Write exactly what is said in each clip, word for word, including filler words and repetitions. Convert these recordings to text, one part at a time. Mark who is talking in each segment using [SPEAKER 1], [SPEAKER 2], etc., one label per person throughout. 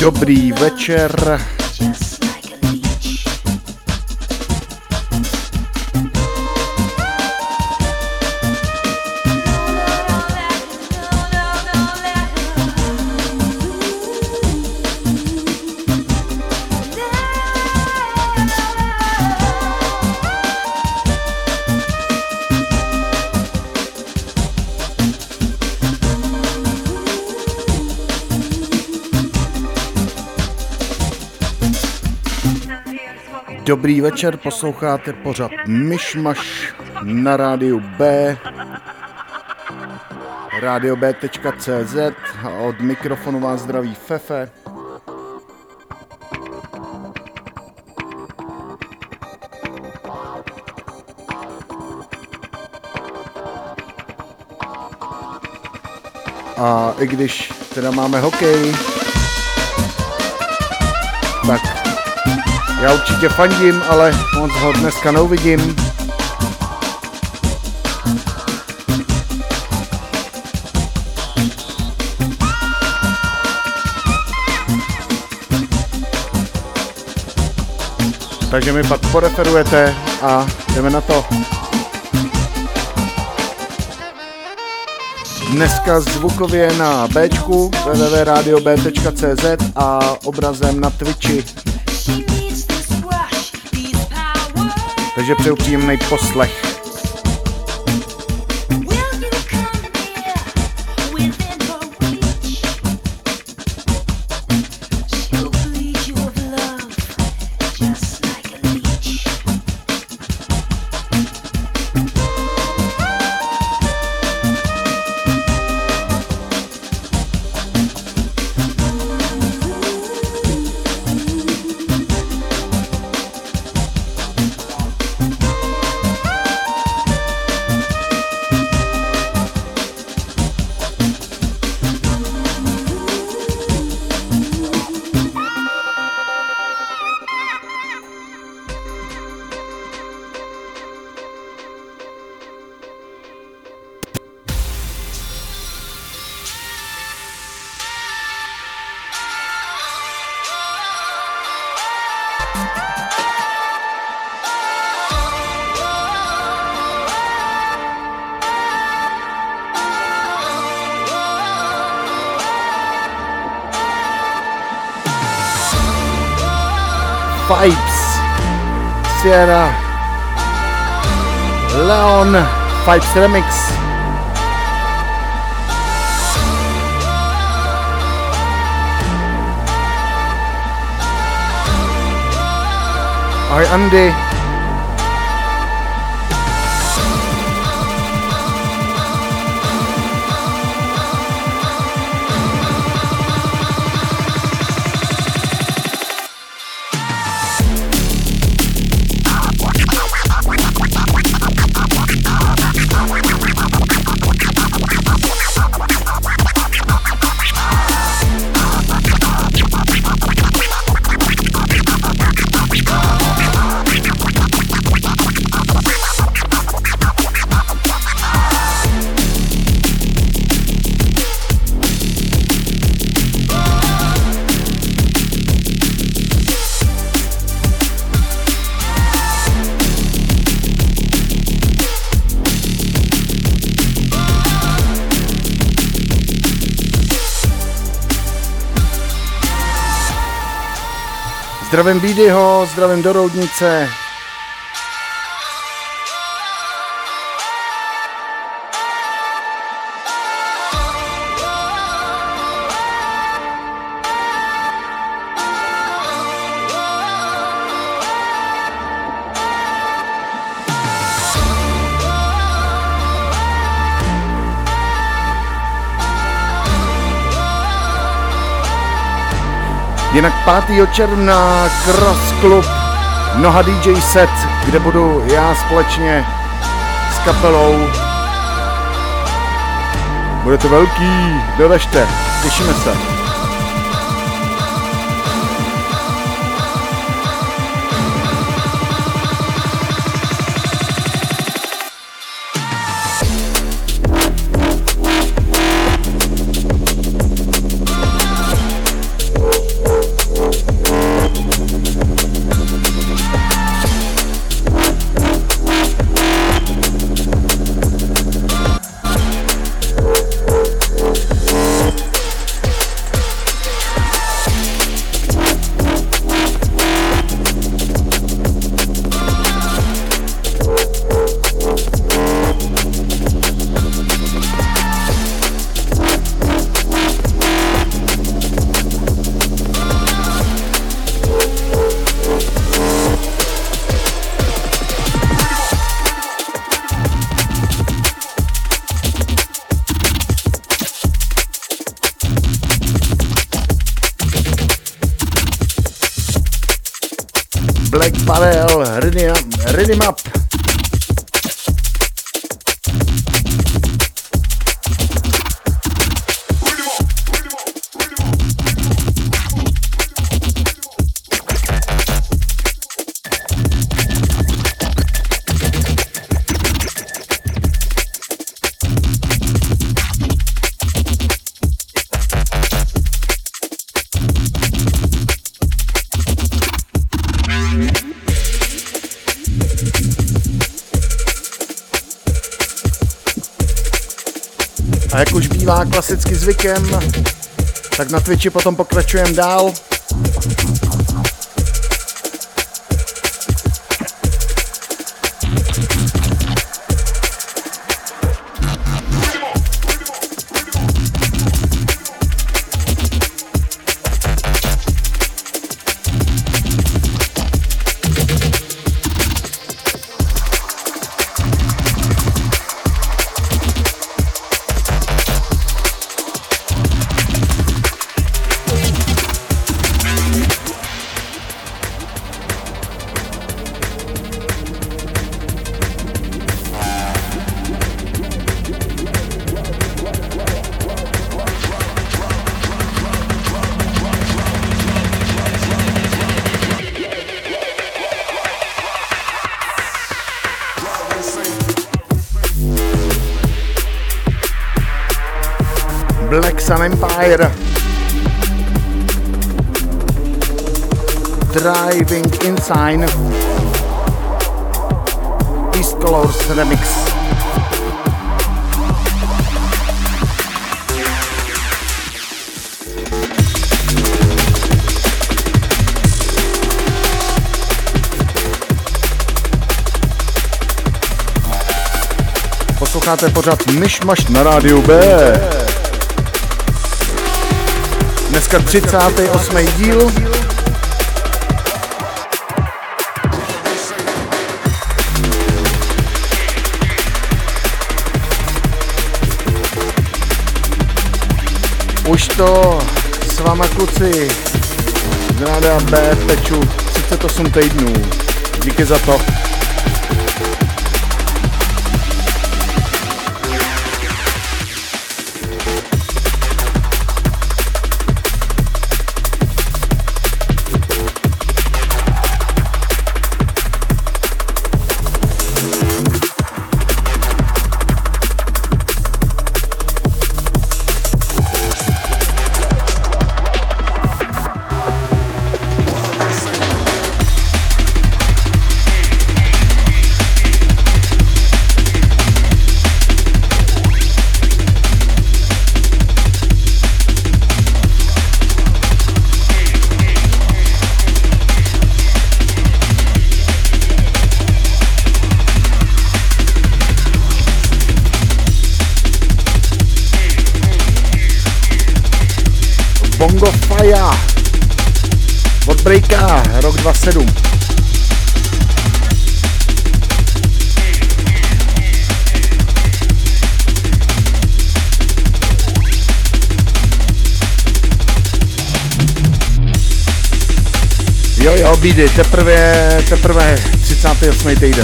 [SPEAKER 1] Dobrý večer. Dobrý večer, posloucháte pořad Myšmaš na rádiu B, radio b tečka cé zet a od mikrofonu vás zdraví Fefe. A i když teda máme hokej, tak já určitě fandím, ale moc ho dneska neuvidím. Takže mi pak poreferujete a jdeme na to. Dneska zvukově na Bčku, w w w tečka radio b tečka cé zet a obrazem na Twitchi. Takže přeju příjemný poslech. Vibes, Sierra Leone, Vibes Remix. Ahoj Andy. Zdravím Bídyho, zdravím do Roudnice. Jinak pátého června Cross Club, Noha dý džej set, kde budu já společně s kapelou. Bude to velký, doražte, těšíme se. Black Barrel, Rhythm Up. A jak už bývá klasicky zvykem, tak na Twitchi potom pokračujeme dál. Black Sun Empire, Driving Insane, East Colors Remix. Posloucháte pořád Myšmaš na rádiu B. Dneska třicátý osmý díl. Už to s váma kluci z rádia B peču třicet osm týdnů. Díky za to. Bongo Fire od Breaka, rok dvacet sedm. Jo, jo, bídy, teprve, teprve třicátý osmý týden.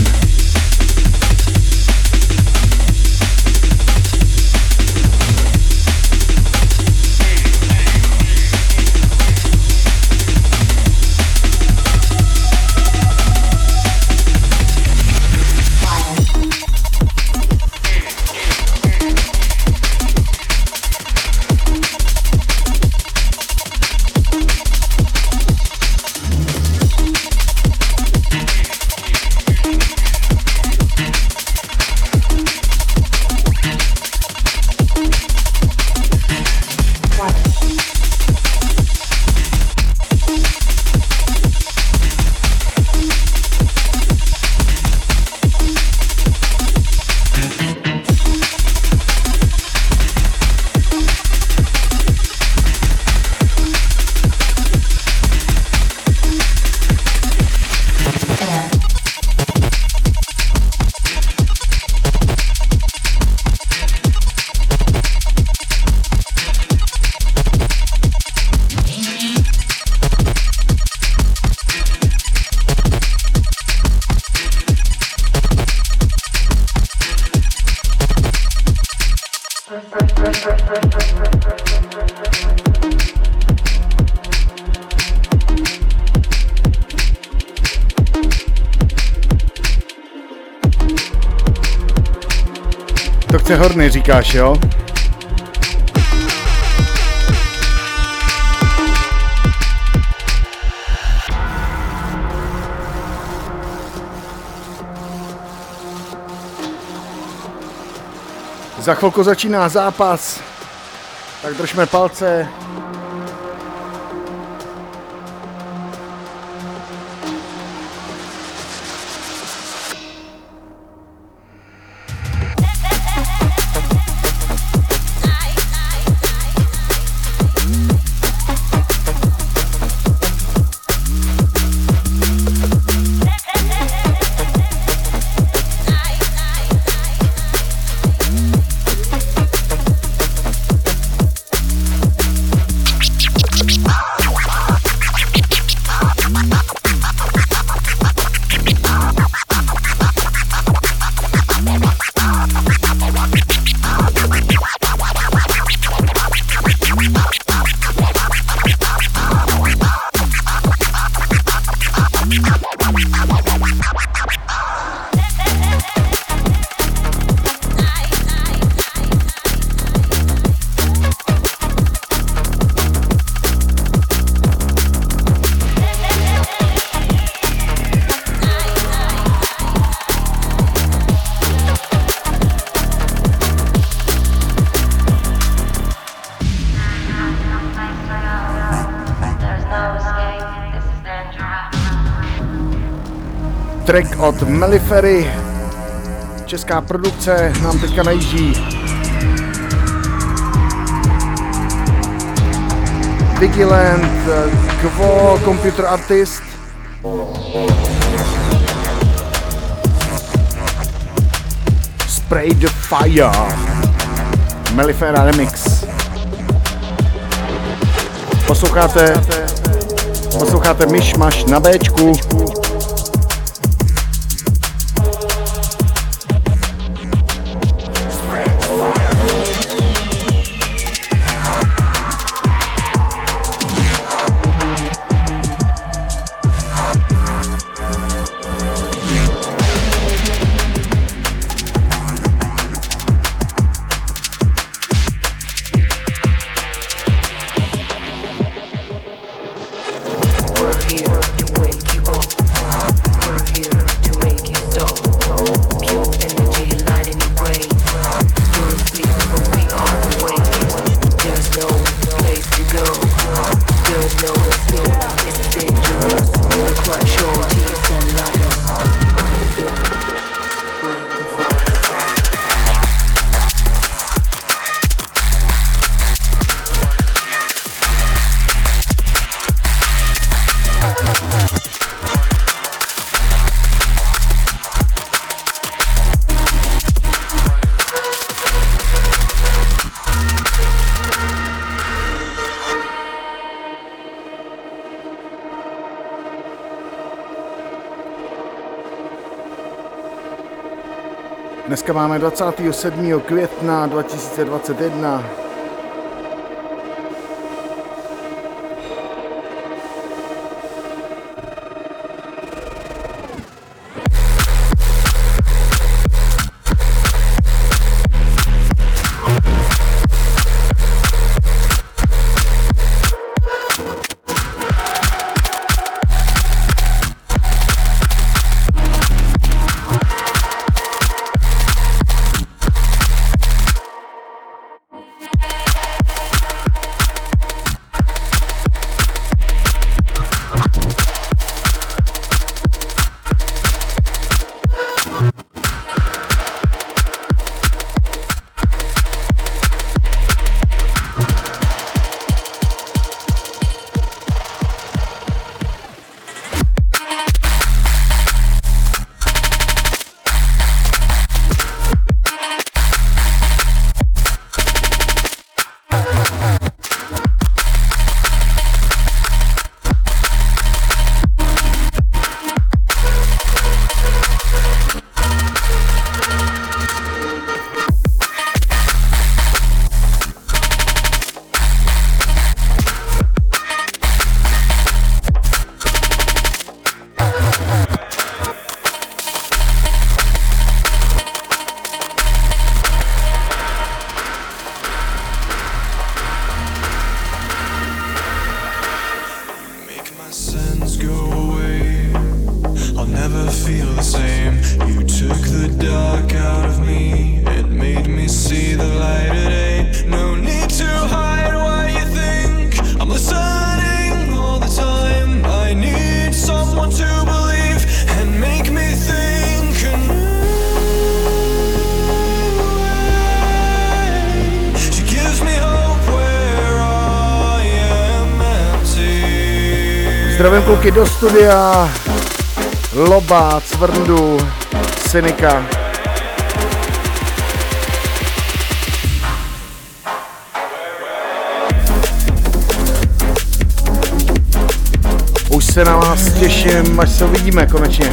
[SPEAKER 1] Akce Horny říkáš, jo? Za chvilku začíná zápas, tak držme palce. Track od Melifery, česká produkce, nám teďka najíždí. Vigilant, Quo, Computer Artist. Spray the Fire, Melifera Remix. Posloucháte, posloucháte Myšmaš na Bčku. Dneska máme dvacátého sedmého května dva tisíce dvacet jedna. Zdravím kluky do studia, Loba, Cvrndu, Synika. Už se na vás těším, až se uvidíme konečně.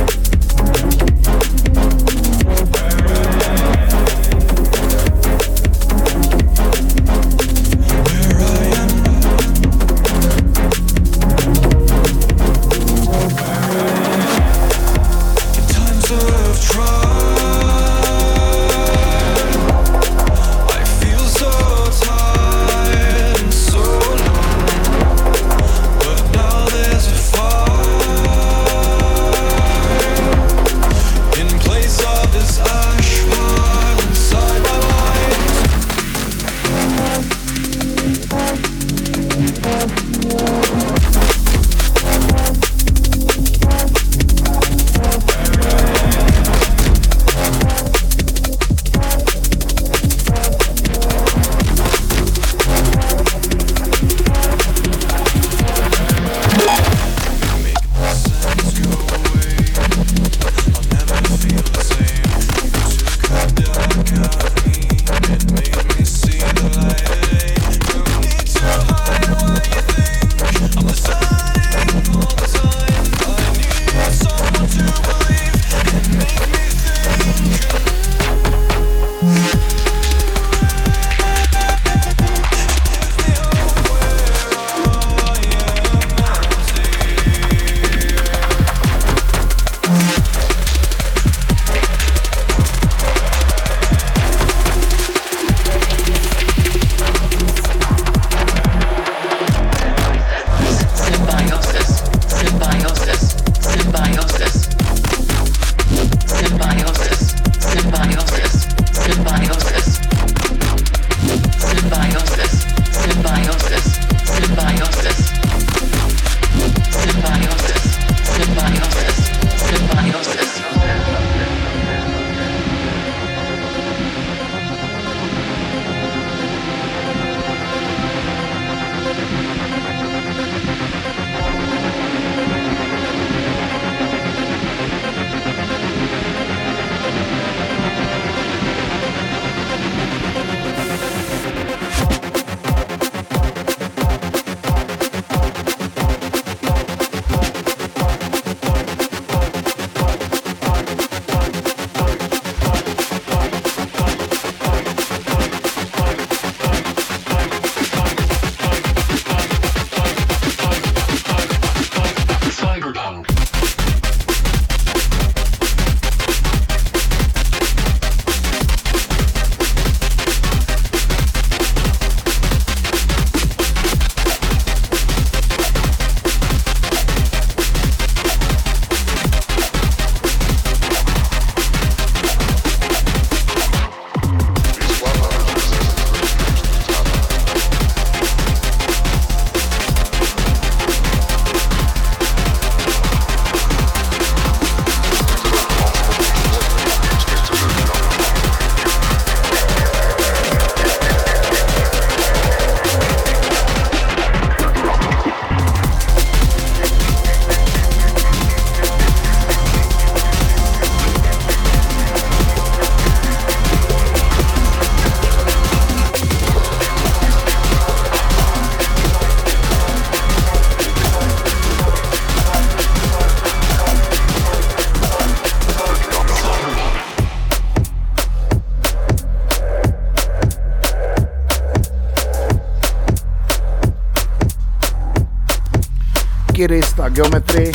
[SPEAKER 2] Kirist a Geometry.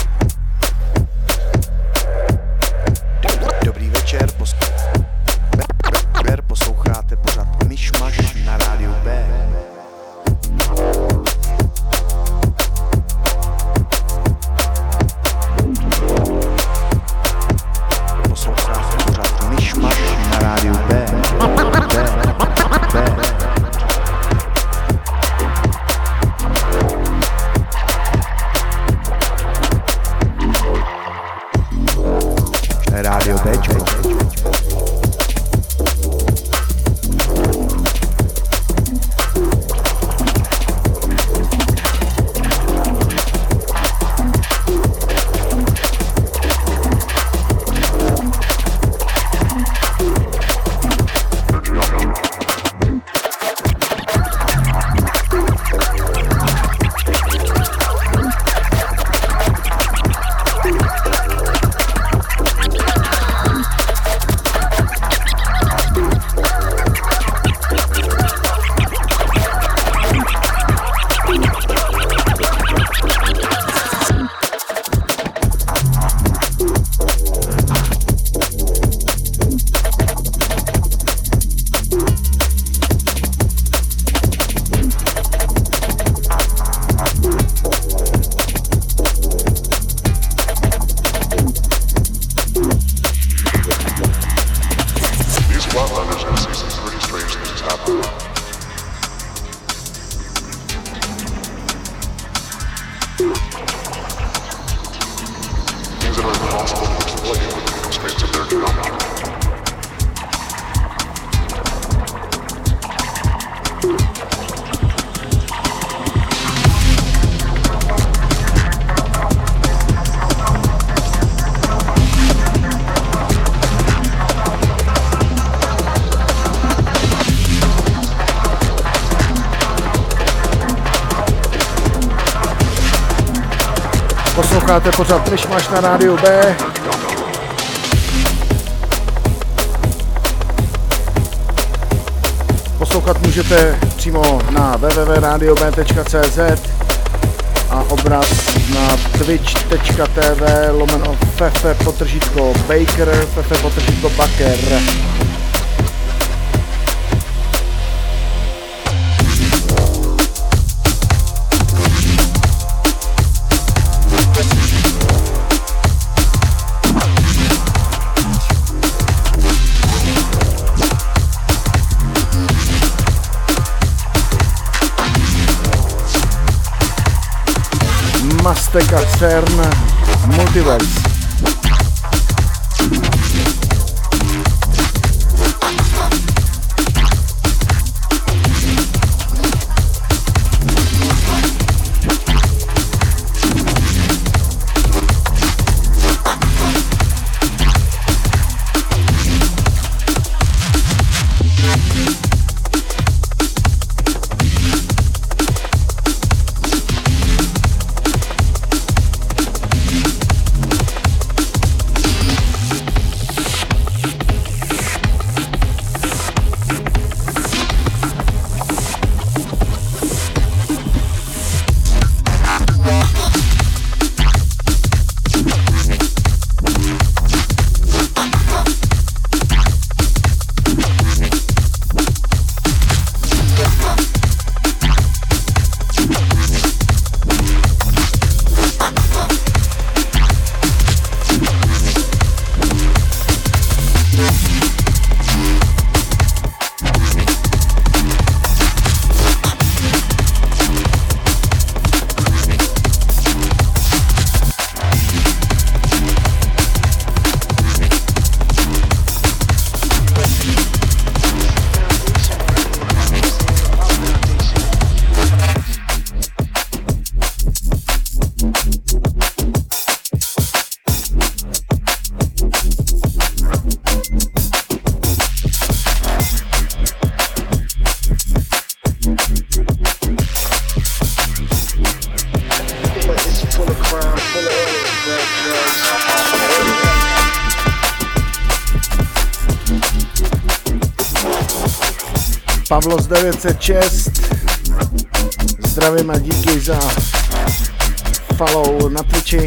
[SPEAKER 1] Dobrý večer, pos... posloucháte pořád Myšmaš na rádiu B. Posloucháte pořád Myšmaš na rádiu B. B. B. Posloucháte pořád Myšmaš na rádiu B. Poslouchat můžete přímo na w w w tečka radio b tečka c z a obraz na twitch tečka t v lomeno fefe potržítko baker, fefe potržítko baker. Mastek a CERN Multiverse. Pavlos devět set šest, zdravím a díky za follow na Twitchi.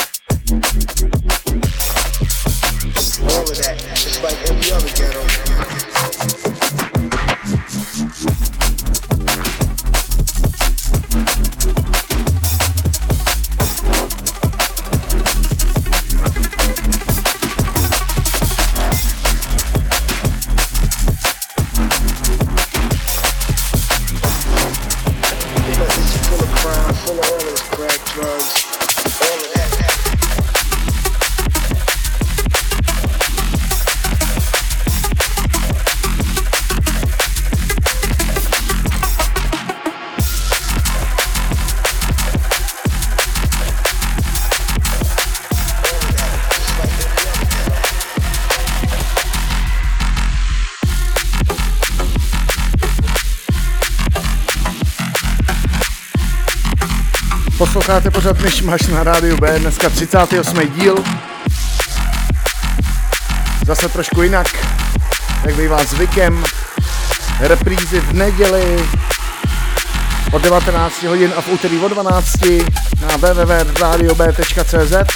[SPEAKER 1] Posloucháte pořád Myšmaš na rádiu B, dneska třicátý osmý díl. Zase trošku jinak, jak bývá zvykem. Reprízy v neděli od devatenácti hodin a v úterý od dvanácti na w w w tečka radio b tečka c z.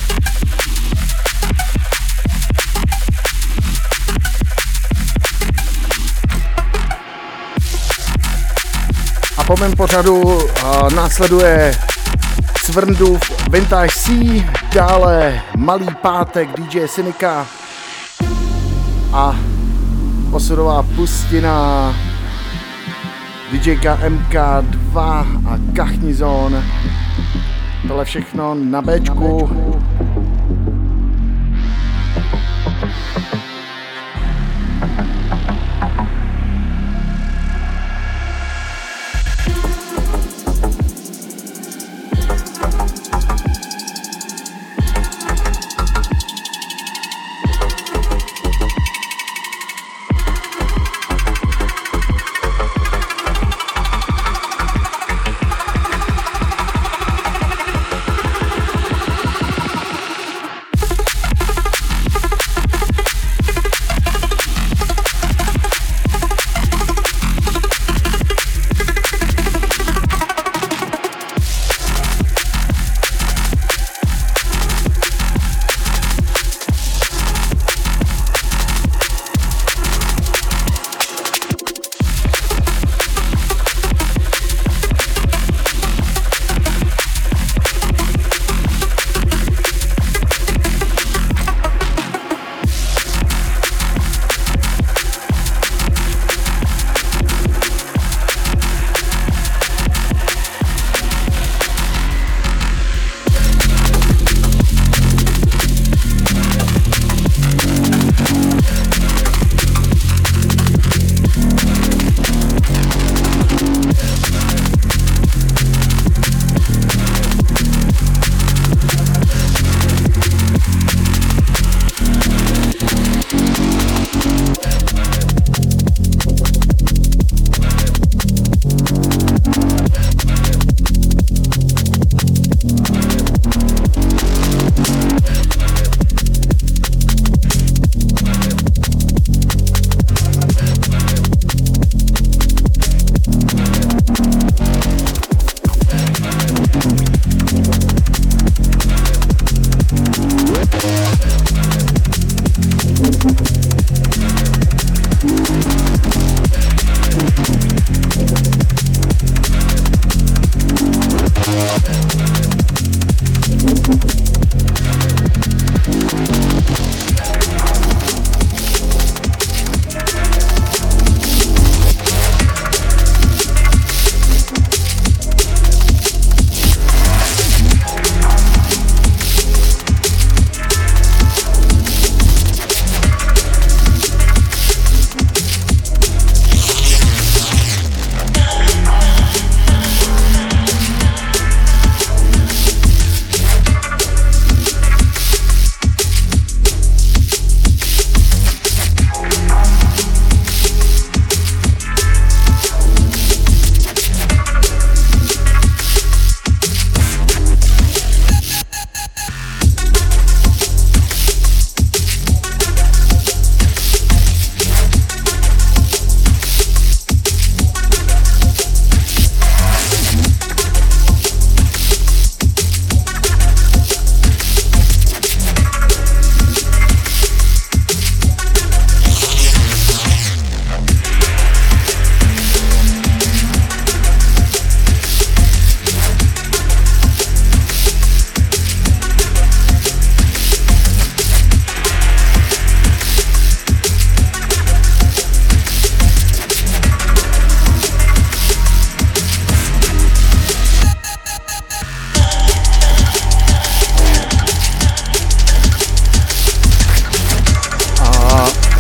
[SPEAKER 1] A po mém pořadu uh, následuje Cvrndův Vintage C, dále Malý pátek D J Synika a osudová pustina D J K M K dva a Kachni Zone. Tohle všechno na Bčku.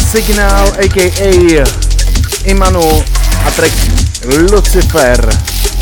[SPEAKER 1] Signal a k a. Imanu a track Lucifer.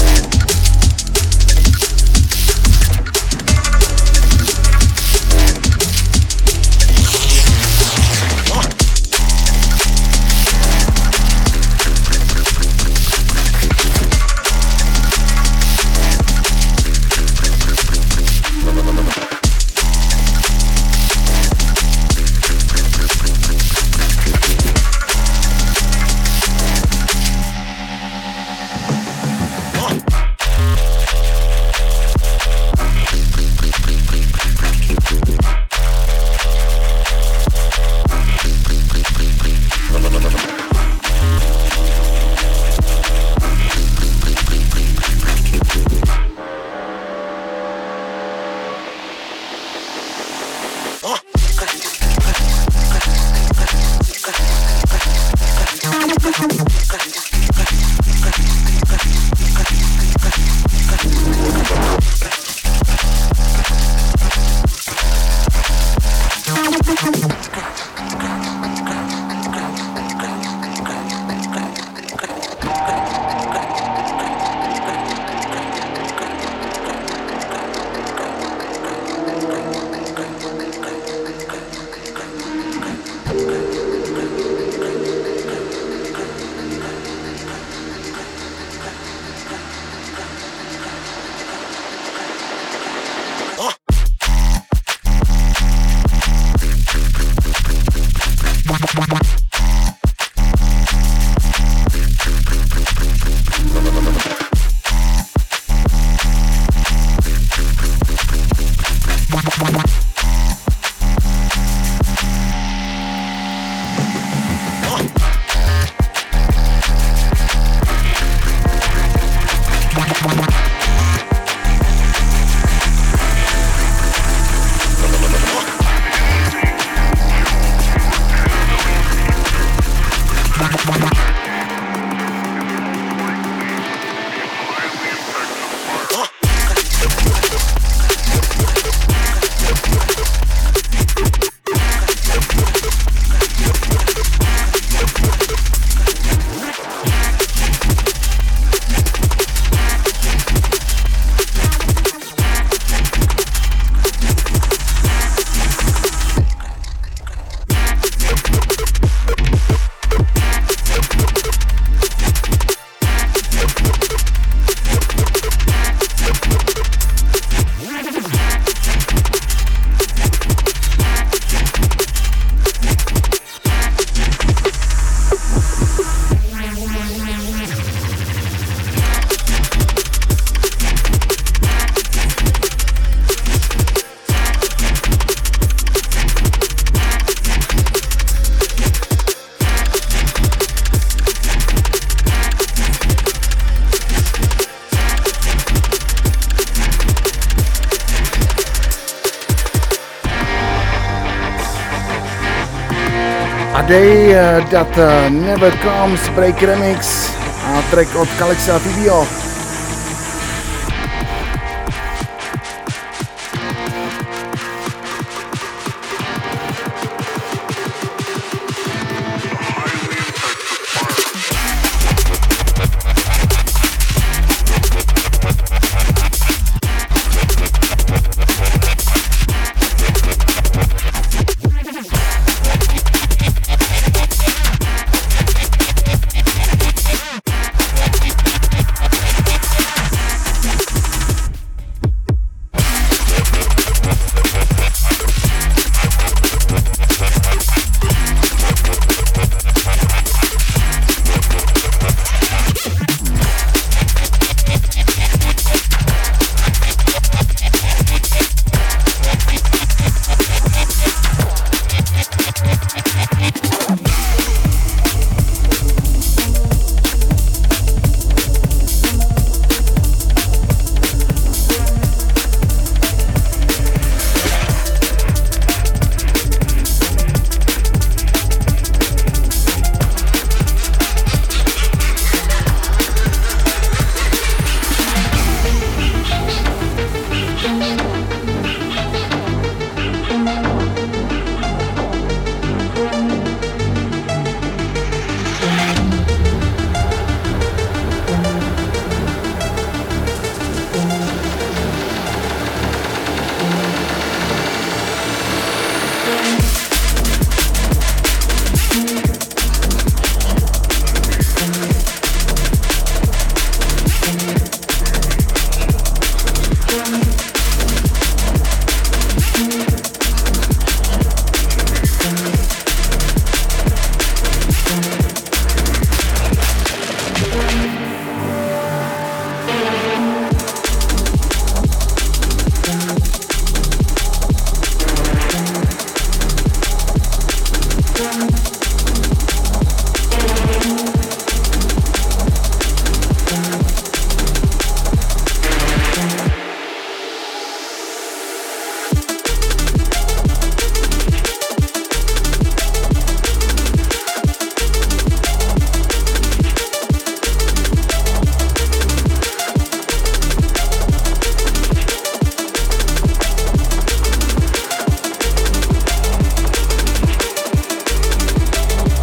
[SPEAKER 1] Day uh, That uh, Never Comes, Break Remix a track od Kalexa a Tibio.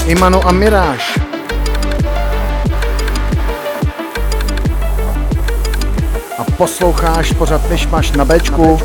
[SPEAKER 1] Imanu a Miráš. A posloucháš pořád Myšmaš na Bčku.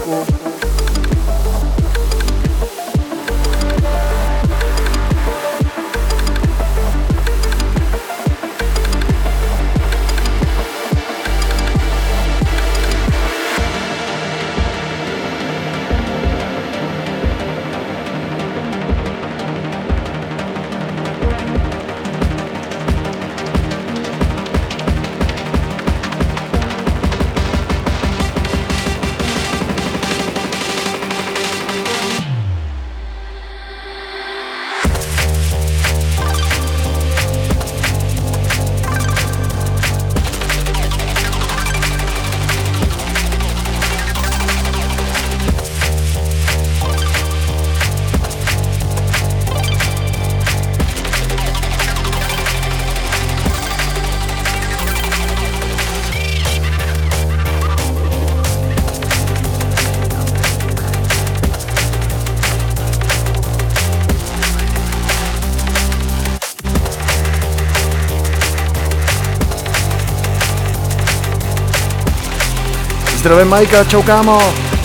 [SPEAKER 1] Zdravím Majka, čau kámo.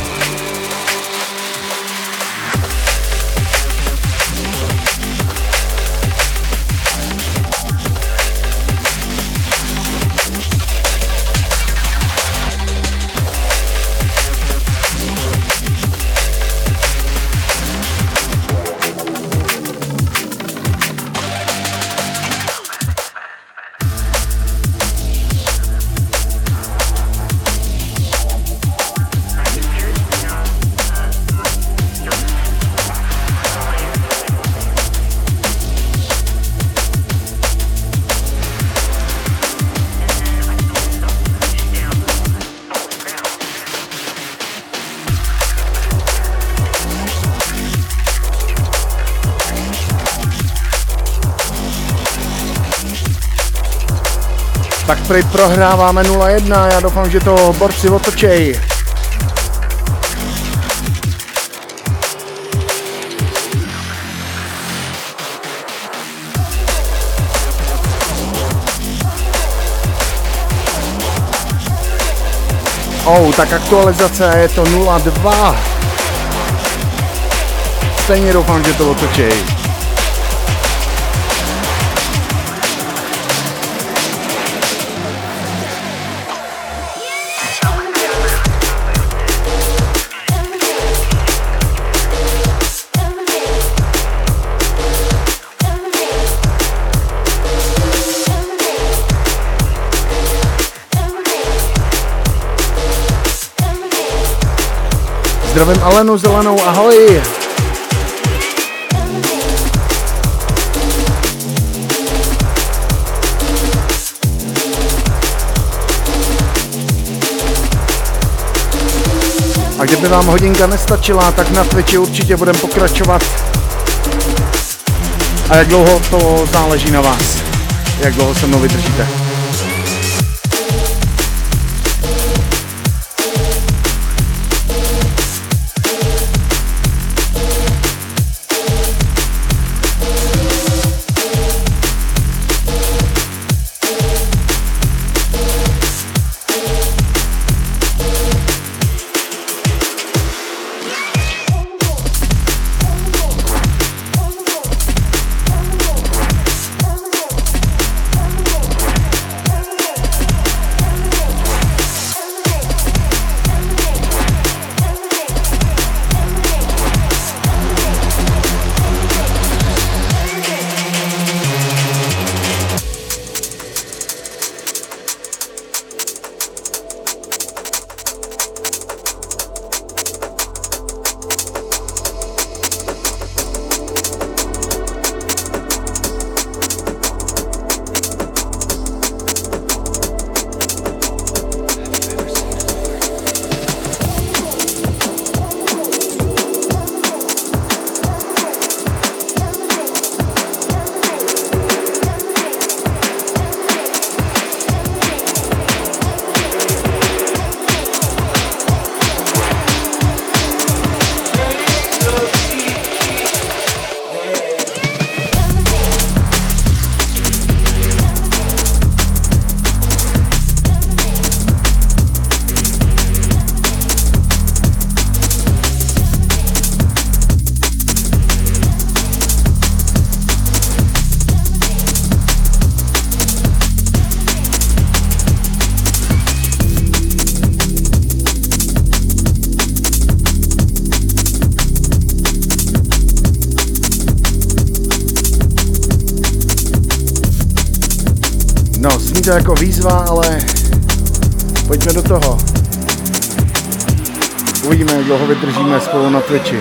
[SPEAKER 1] Tak prej prohráváme nula jedna, já doufám, že to borci otočej. Oh, tak aktualizace je to nula dva. Stejně doufám, že to otočej. Zdravím Alenu Zelenou, ahoj! A kdyby vám hodinka nestačila, tak na Twitchi určitě budeme pokračovat. A jak dlouho, to záleží na vás. Jak dlouho se mnou vydržíte. to jako výzva, ale pojďme do toho. Uvidíme, jak dlouho vydržíme spolu na Twitchi.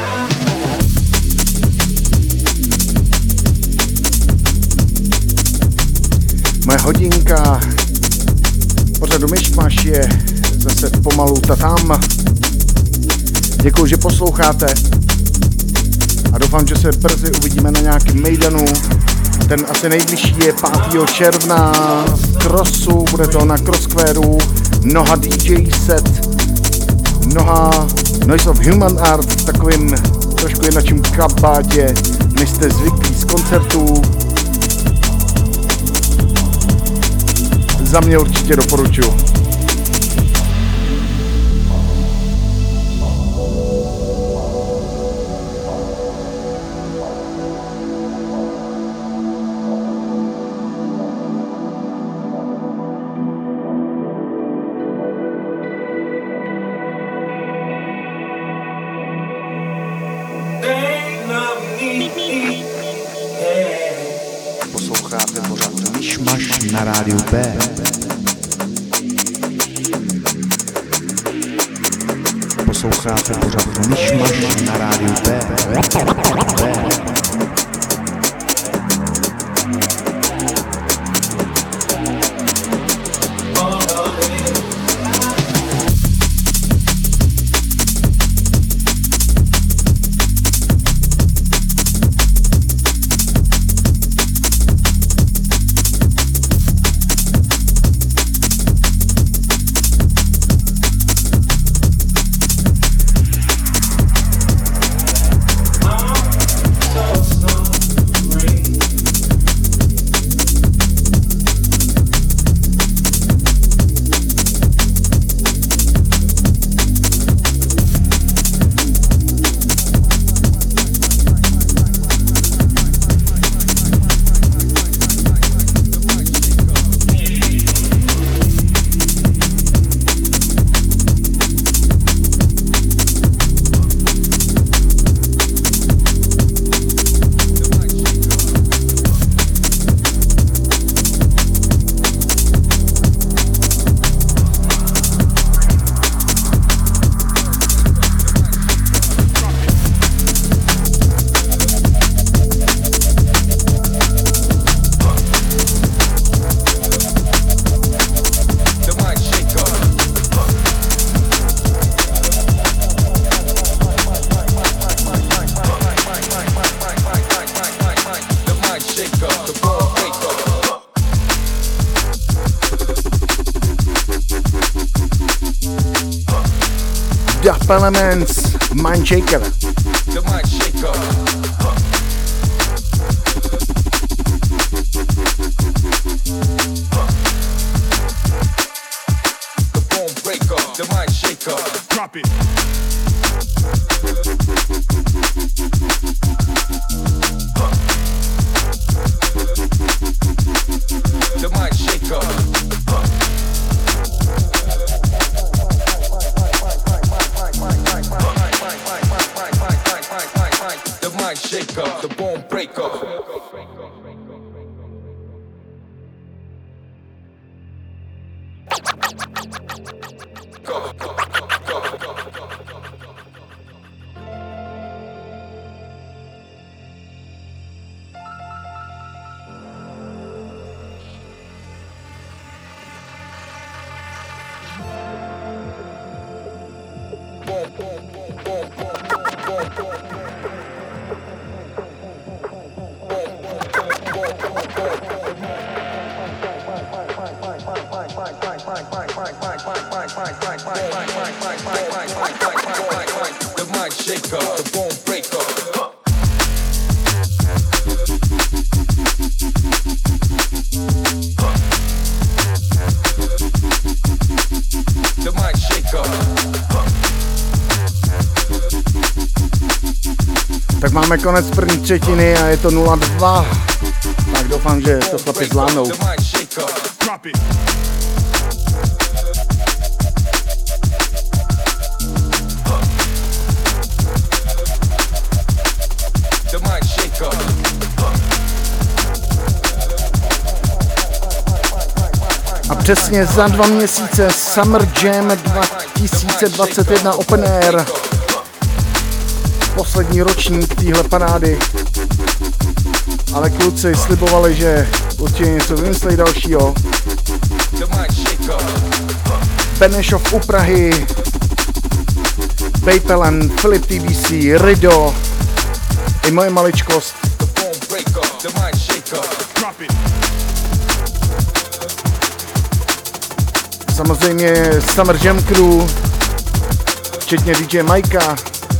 [SPEAKER 1] Moje hodinka pořadu Myšmaš je zase pomalu tam. Děkuju, že posloucháte a doufám, že se brzy uvidíme na nějakém mejdanu. Ten asi nejbližší je pátého června v Crossu, bude to na Crossquareu, mnoha D J set, mnoha Noise of Human Art v takovým trošku jinačím kabátě, než jste zvyklí z koncertů. Za mě určitě doporučuji.
[SPEAKER 2] Posloucháte pořád Myšmaš na rádiu B. Posloucháte pořád Myšmaš na rádiu B. B.
[SPEAKER 1] Elements, Mindshaker.
[SPEAKER 3] The Mindshaker. The Bone Breaker. The Mindshaker. Drop it. The Mindshaker. Shaker, the bone breaker. Go, go, go, go, go. Boom, boom, boom, boom, boom, boom, boom. The Mindshaker, the bone breaker. The Mindshaker.
[SPEAKER 1] Tak máme konec první třetiny a je to nula dva. Tak doufám, že to chlapi zvládnou. Přesně za dva měsíce Summer Jam dva tisíce dvacet jedna Open Air. Poslední ročník téhle parády. Ale kluci slibovali, že určitě něco vymyslí dalšího. Benešov u Prahy, Bejpelen, Filip T B C, Rido, i moje maličkost. Samozřejmě Summer Jam Crew, včetně D J Majka.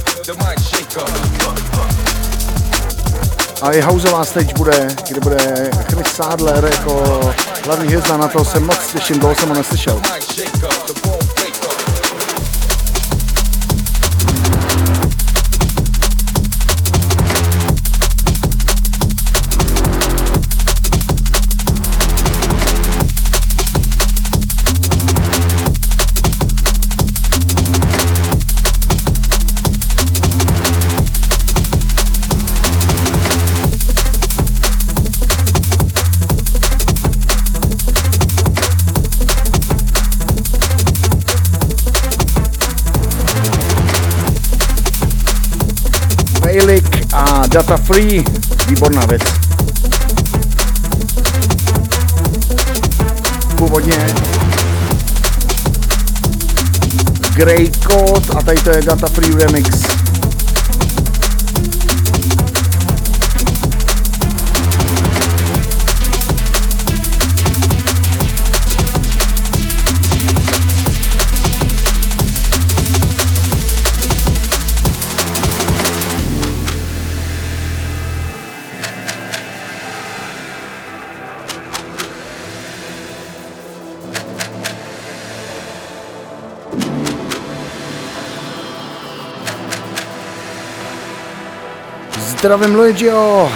[SPEAKER 1] A i houseová stage bude, kde bude Chris Sadler jako hlavní hvězda, na to se moc těším, dlouho jsem ho neslyšel. A Data Free, výborná věc. Původně Grey Code a tady to je Data Free Remix. Zdravím Luigio.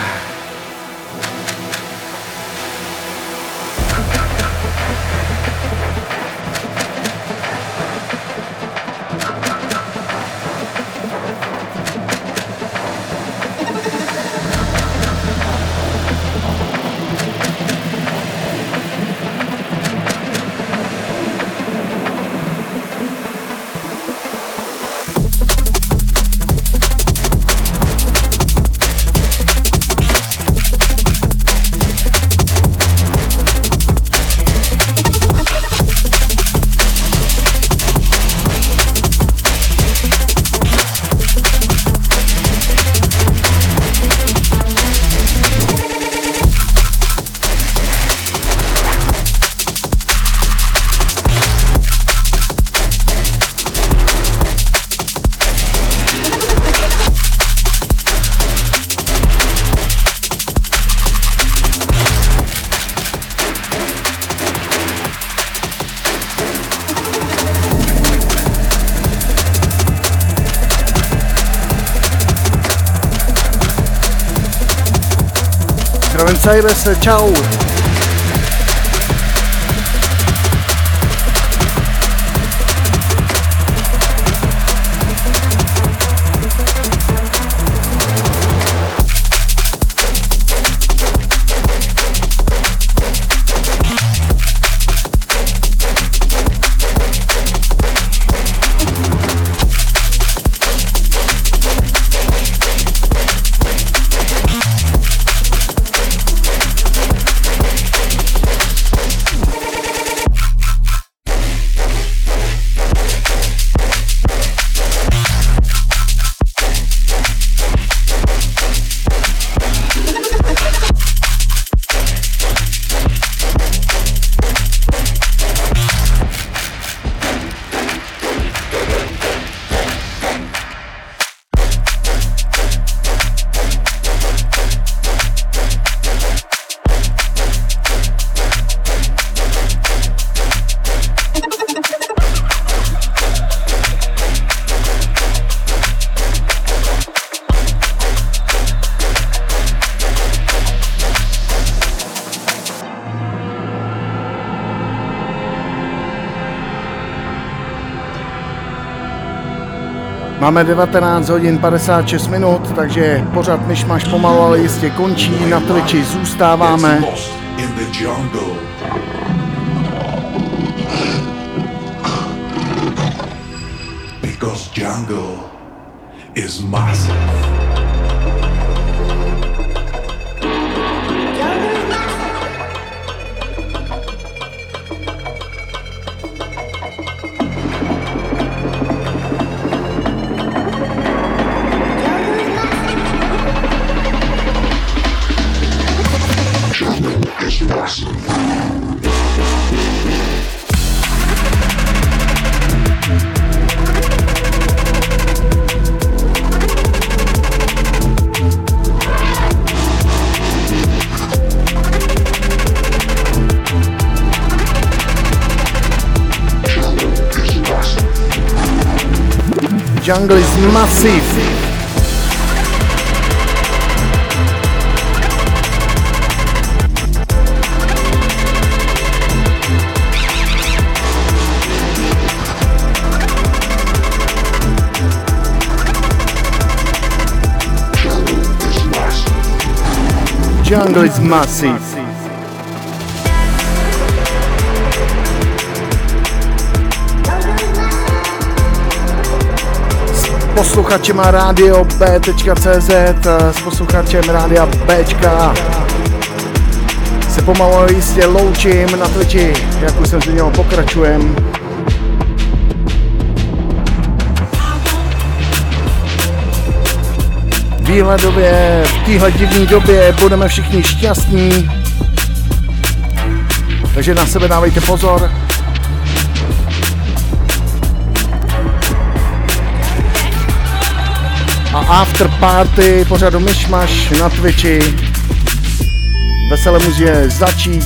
[SPEAKER 1] Cyrus, čau. Máme devatenáct hodin padesát šest minut, takže pořád myšmaš pomalu, ale jistě končí. Na Twitchi zůstáváme.
[SPEAKER 4] Because jungle is massive.
[SPEAKER 1] Jungle is massive. Jungle is massive. S posluchačem rádio B tečka cé zet, s posluchačem rádia Bčka se pomalu jistě loučím na Twitchi, jak už jsem zmínil, pokračujem. Výhledově v téhle divné době budeme všichni šťastní, takže na sebe dávejte pozor. A after party pořadu Myšmaš na Twitchi. Veselé může začít.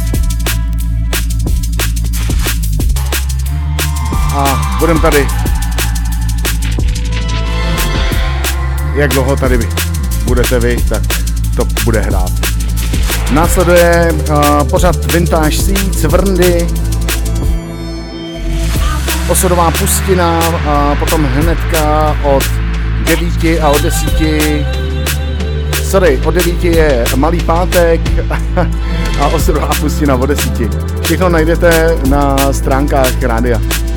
[SPEAKER 1] A budeme tady. Jak dlouho tady vy budete vy, tak to bude hrát. Následuje uh, pořad Vintage Seeds, Vrndy, Osudová pustina, a potom hnedka od devíti a od desíti, sorry, od devíti je Malý pátek a Osudová pustina od desíti. Všechno najdete na stránkách rádia.